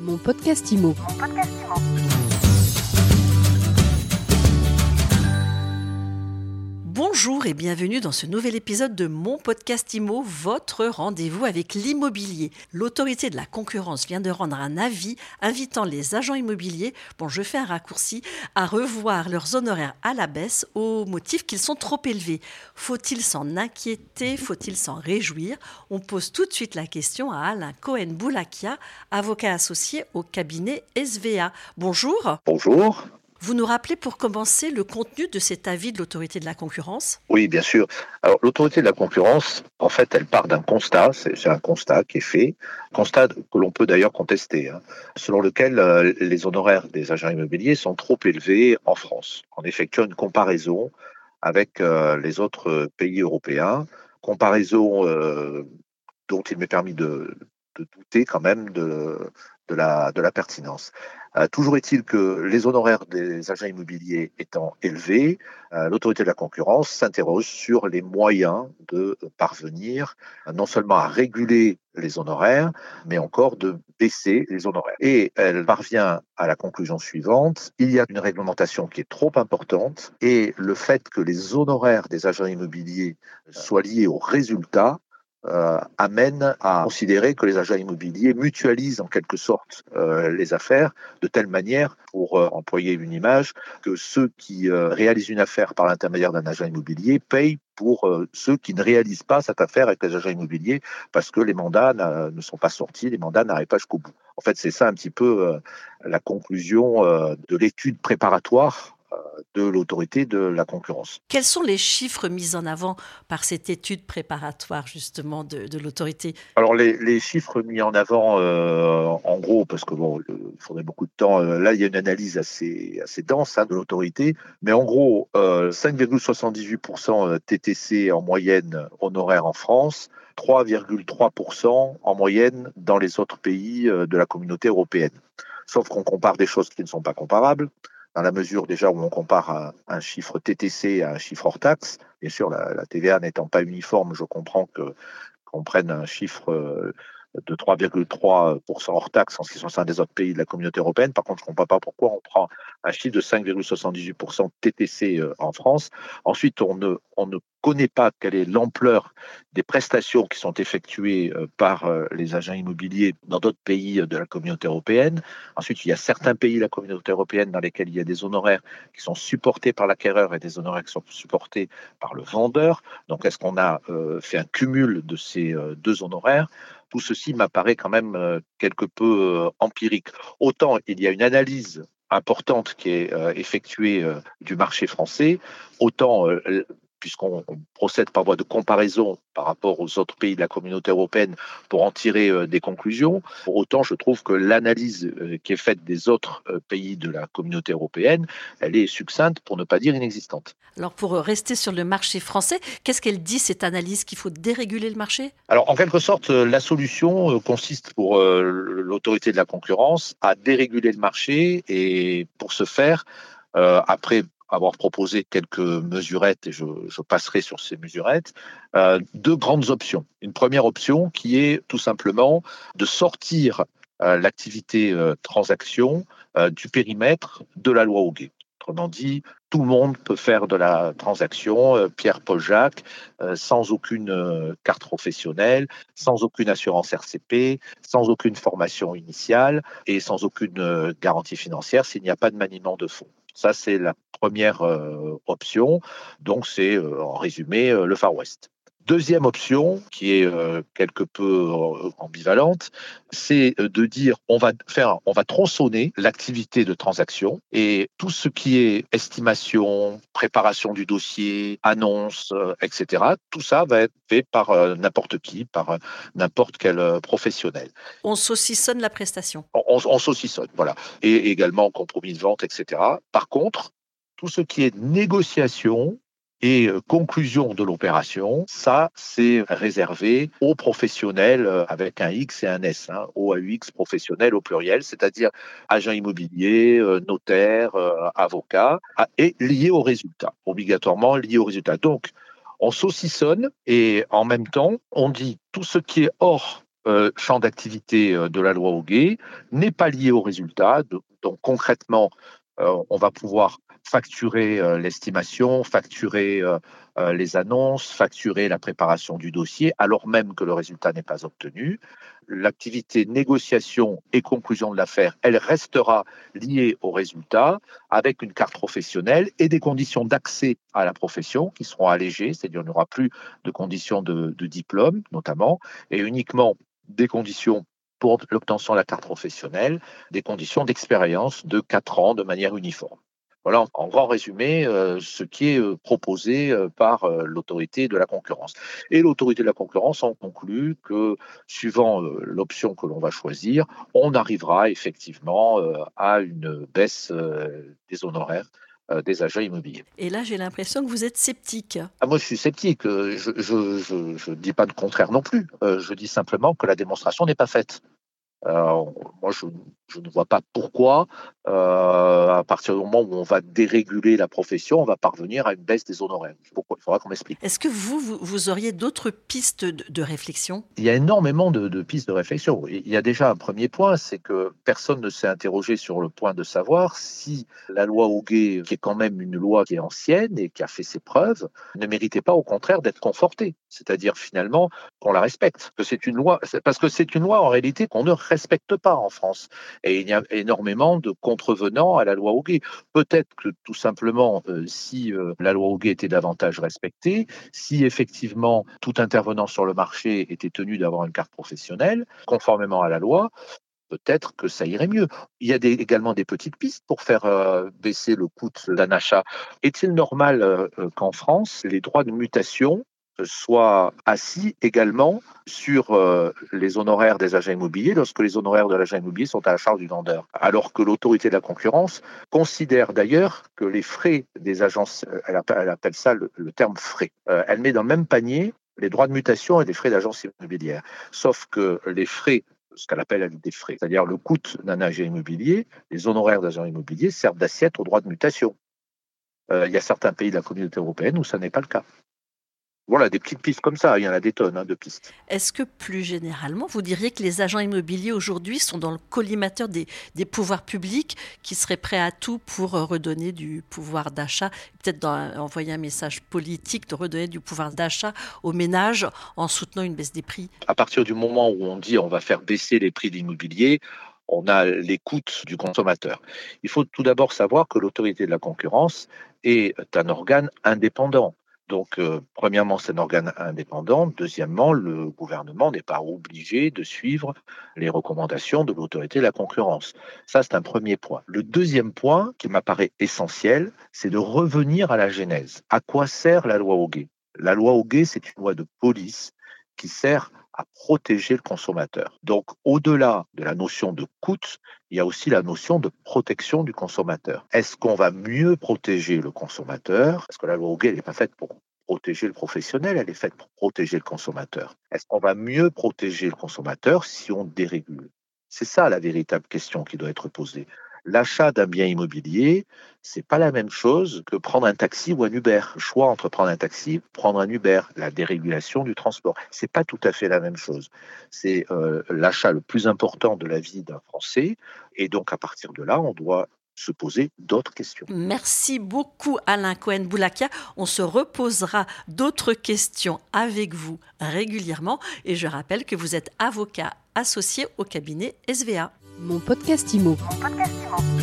Mon podcast IMO. Bonjour et bienvenue dans ce nouvel épisode de Mon podcast IMO, votre rendez-vous avec l'immobilier. L'autorité de la concurrence vient de rendre un avis invitant les agents immobiliers, je fais un raccourci, à revoir leurs honoraires à la baisse au motif qu'ils sont trop élevés. Faut-il s'en inquiéter? Faut-il s'en réjouir? On pose tout de suite la question à Alain Cohen-Boulakia, avocat associé au cabinet SVA. Bonjour. Bonjour. Vous nous rappelez pour commencer le contenu de cet avis de l'autorité de la concurrence ? Oui, bien sûr. Alors, l'autorité de la concurrence, en fait, elle part d'un constat, c'est un constat qui est fait, constat que l'on peut d'ailleurs contester, selon lequel les honoraires des agents immobiliers sont trop élevés en France, en effectuant une comparaison avec les autres pays européens, comparaison dont il m'est permis de douter quand même de la pertinence. Toujours est-il que les honoraires des agents immobiliers étant élevés, l'autorité de la concurrence s'interroge sur les moyens de parvenir non seulement à réguler les honoraires, mais encore de baisser les honoraires. Et elle parvient à la conclusion suivante: il y a une réglementation qui est trop importante et le fait que les honoraires des agents immobiliers soient liés aux résultats amène à considérer que les agents immobiliers mutualisent en quelque sorte les affaires de telle manière, pour employer une image, que ceux qui réalisent une affaire par l'intermédiaire d'un agent immobilier payent pour ceux qui ne réalisent pas cette affaire avec les agents immobiliers parce que les mandats ne sont pas sortis, les mandats n'arrivent pas jusqu'au bout. En fait, c'est ça un petit peu la conclusion de l'étude préparatoire de l'autorité de la concurrence. Quels sont les chiffres mis en avant par cette étude préparatoire justement de l'autorité ? Alors les chiffres mis en avant, en gros, parce que il faudrait beaucoup de temps, là il y a une analyse assez dense de l'autorité, mais en gros 5,78% TTC en moyenne honoraires en France, 3,3% en moyenne dans les autres pays de la communauté européenne. Sauf qu'on compare des choses qui ne sont pas comparables, dans la mesure déjà où on compare un chiffre TTC à un chiffre hors taxe. Bien sûr, la TVA n'étant pas uniforme, je comprends qu'on prenne un chiffre de 3,3% hors taxe en ce qui concerne les autres pays de la communauté européenne. Par contre, je ne comprends pas pourquoi on prend un chiffre de 5,78% TTC en France. Ensuite, on ne connaît pas quelle est l'ampleur des prestations qui sont effectuées par les agents immobiliers dans d'autres pays de la communauté européenne. Ensuite, il y a certains pays de la communauté européenne dans lesquels il y a des honoraires qui sont supportés par l'acquéreur et des honoraires qui sont supportés par le vendeur. Donc, est-ce qu'on a fait un cumul de ces deux honoraires ? Tout ceci m'apparaît quand même quelque peu empirique. Autant il y a une analyse importante qui est effectuée du marché français, autant puisqu'on procède par voie de comparaison par rapport aux autres pays de la communauté européenne pour en tirer des conclusions, pour autant je trouve que l'analyse qui est faite des autres pays de la communauté européenne, elle est succincte pour ne pas dire inexistante. Alors pour rester sur le marché français, qu'est-ce qu'elle dit cette analyse, qu'il faut déréguler le marché ? Alors en quelque sorte, la solution consiste pour l'autorité de la concurrence à déréguler le marché, et pour ce faire, après avoir proposé quelques mesurettes, et je passerai sur ces mesurettes, deux grandes options. Une première option qui est tout simplement de sortir l'activité transaction du périmètre de la loi Hoguet. Autrement dit, tout le monde peut faire de la transaction, Pierre-Paul Jacques, sans aucune carte professionnelle, sans aucune assurance RCP, sans aucune formation initiale et sans aucune garantie financière s'il n'y a pas de maniement de fonds. Ça, c'est la première option. Donc, c'est en résumé le Far West. Deuxième option, qui est quelque peu ambivalente, c'est de dire on va tronçonner l'activité de transaction, et tout ce qui est estimation, préparation du dossier, annonce, etc., tout ça va être fait par n'importe qui, par n'importe quel professionnel. On saucissonne la prestation. On saucissonne, voilà. Et également compromis de vente, etc. Par contre, tout ce qui est négociation et conclusion de l'opération, ça, c'est réservé aux professionnels avec un X et un S, OAUX professionnels au pluriel, c'est-à-dire agents immobiliers, notaires, avocats, et liés aux résultats, obligatoirement liés aux résultats. Donc, on saucissonne et en même temps, on dit tout ce qui est hors champ d'activité de la loi Hoguet n'est pas lié au résultat. Donc concrètement, on va pouvoir facturer l'estimation, facturer les annonces, facturer la préparation du dossier, alors même que le résultat n'est pas obtenu. L'activité négociation et conclusion de l'affaire, elle restera liée au résultat avec une carte professionnelle et des conditions d'accès à la profession qui seront allégées, c'est-à-dire qu'il n'y aura plus de conditions de diplôme notamment, et uniquement des conditions pour l'obtention de la carte professionnelle, des conditions d'expérience de 4 ans de manière uniforme. Voilà en grand résumé ce qui est proposé par l'autorité de la concurrence. Et l'autorité de la concurrence en conclut que, suivant l'option que l'on va choisir, on arrivera effectivement à une baisse des honoraires des agents immobiliers. Et là, j'ai l'impression que vous êtes sceptique. Moi, je suis sceptique. Je ne dis pas le contraire non plus. Je dis simplement que la démonstration n'est pas faite. Moi, je ne vois pas pourquoi, à partir du moment où on va déréguler la profession, on va parvenir à une baisse des honoraires. Pourquoi ? Il faudra qu'on m'explique. Est-ce que vous auriez d'autres pistes de réflexion ? Il y a énormément de pistes de réflexion. Il y a déjà un premier point, c'est que personne ne s'est interrogé sur le point de savoir si la loi Hoguet, qui est quand même une loi qui est ancienne et qui a fait ses preuves, ne méritait pas au contraire d'être confortée. C'est-à-dire finalement qu'on la respecte. Parce que c'est une loi en réalité qu'on ne respecte pas en France. Et il y a énormément de contrevenants à la loi Hoguet. Peut-être que tout simplement, si la loi Hoguet était davantage respectée, si effectivement tout intervenant sur le marché était tenu d'avoir une carte professionnelle, conformément à la loi, peut-être que ça irait mieux. Il y a également des petites pistes pour faire baisser le coût d'un achat. Est-il normal qu'en France, les droits de mutation soient assis également sur les honoraires des agents immobiliers lorsque les honoraires de l'agent immobilier sont à la charge du vendeur. Alors que l'autorité de la concurrence considère d'ailleurs que les frais des agences, elle appelle ça le terme frais, elle met dans le même panier les droits de mutation et les frais d'agence immobilière. Sauf que les frais, ce qu'elle appelle des frais, c'est-à-dire le coût d'un agent immobilier, les honoraires d'agents immobiliers servent d'assiette aux droits de mutation. Il y a certains pays de la communauté européenne où ça n'est pas le cas. Voilà, des petites pistes comme ça, il y en a des tonnes de pistes. Est-ce que plus généralement, vous diriez que les agents immobiliers aujourd'hui sont dans le collimateur des pouvoirs publics qui seraient prêts à tout pour redonner du pouvoir d'achat, peut-être envoyer un message politique de redonner du pouvoir d'achat aux ménages en soutenant une baisse des prix ? À partir du moment où on dit on va faire baisser les prix de l'immobilier, on a les coûts du consommateur. Il faut tout d'abord savoir que l'autorité de la concurrence est un organe indépendant. Donc, premièrement, c'est un organe indépendant. Deuxièmement, le gouvernement n'est pas obligé de suivre les recommandations de l'autorité de la concurrence. Ça, c'est un premier point. Le deuxième point, qui m'apparaît essentiel, c'est de revenir à la genèse. À quoi sert la loi Hoguet ? La loi Hoguet, c'est une loi de police qui sert à protéger le consommateur. Donc, au-delà de la notion de coût, il y a aussi la notion de protection du consommateur. Est-ce qu'on va mieux protéger le consommateur ? Parce que la loi Hoguet, elle n'est pas faite pour protéger le professionnel, elle est faite pour protéger le consommateur. Est-ce qu'on va mieux protéger le consommateur si on dérégule ? C'est ça la véritable question qui doit être posée. L'achat d'un bien immobilier, c'est pas la même chose que prendre un taxi ou un Uber. Le choix entre prendre un taxi, prendre un Uber, la dérégulation du transport, c'est pas tout à fait la même chose. C'est l'achat le plus important de la vie d'un Français, et donc à partir de là, on doit se poser d'autres questions. Merci beaucoup Alain Cohen-Boulakia. On se reposera d'autres questions avec vous régulièrement, et je rappelle que vous êtes avocat associé au cabinet SVA. Mon podcast IMO.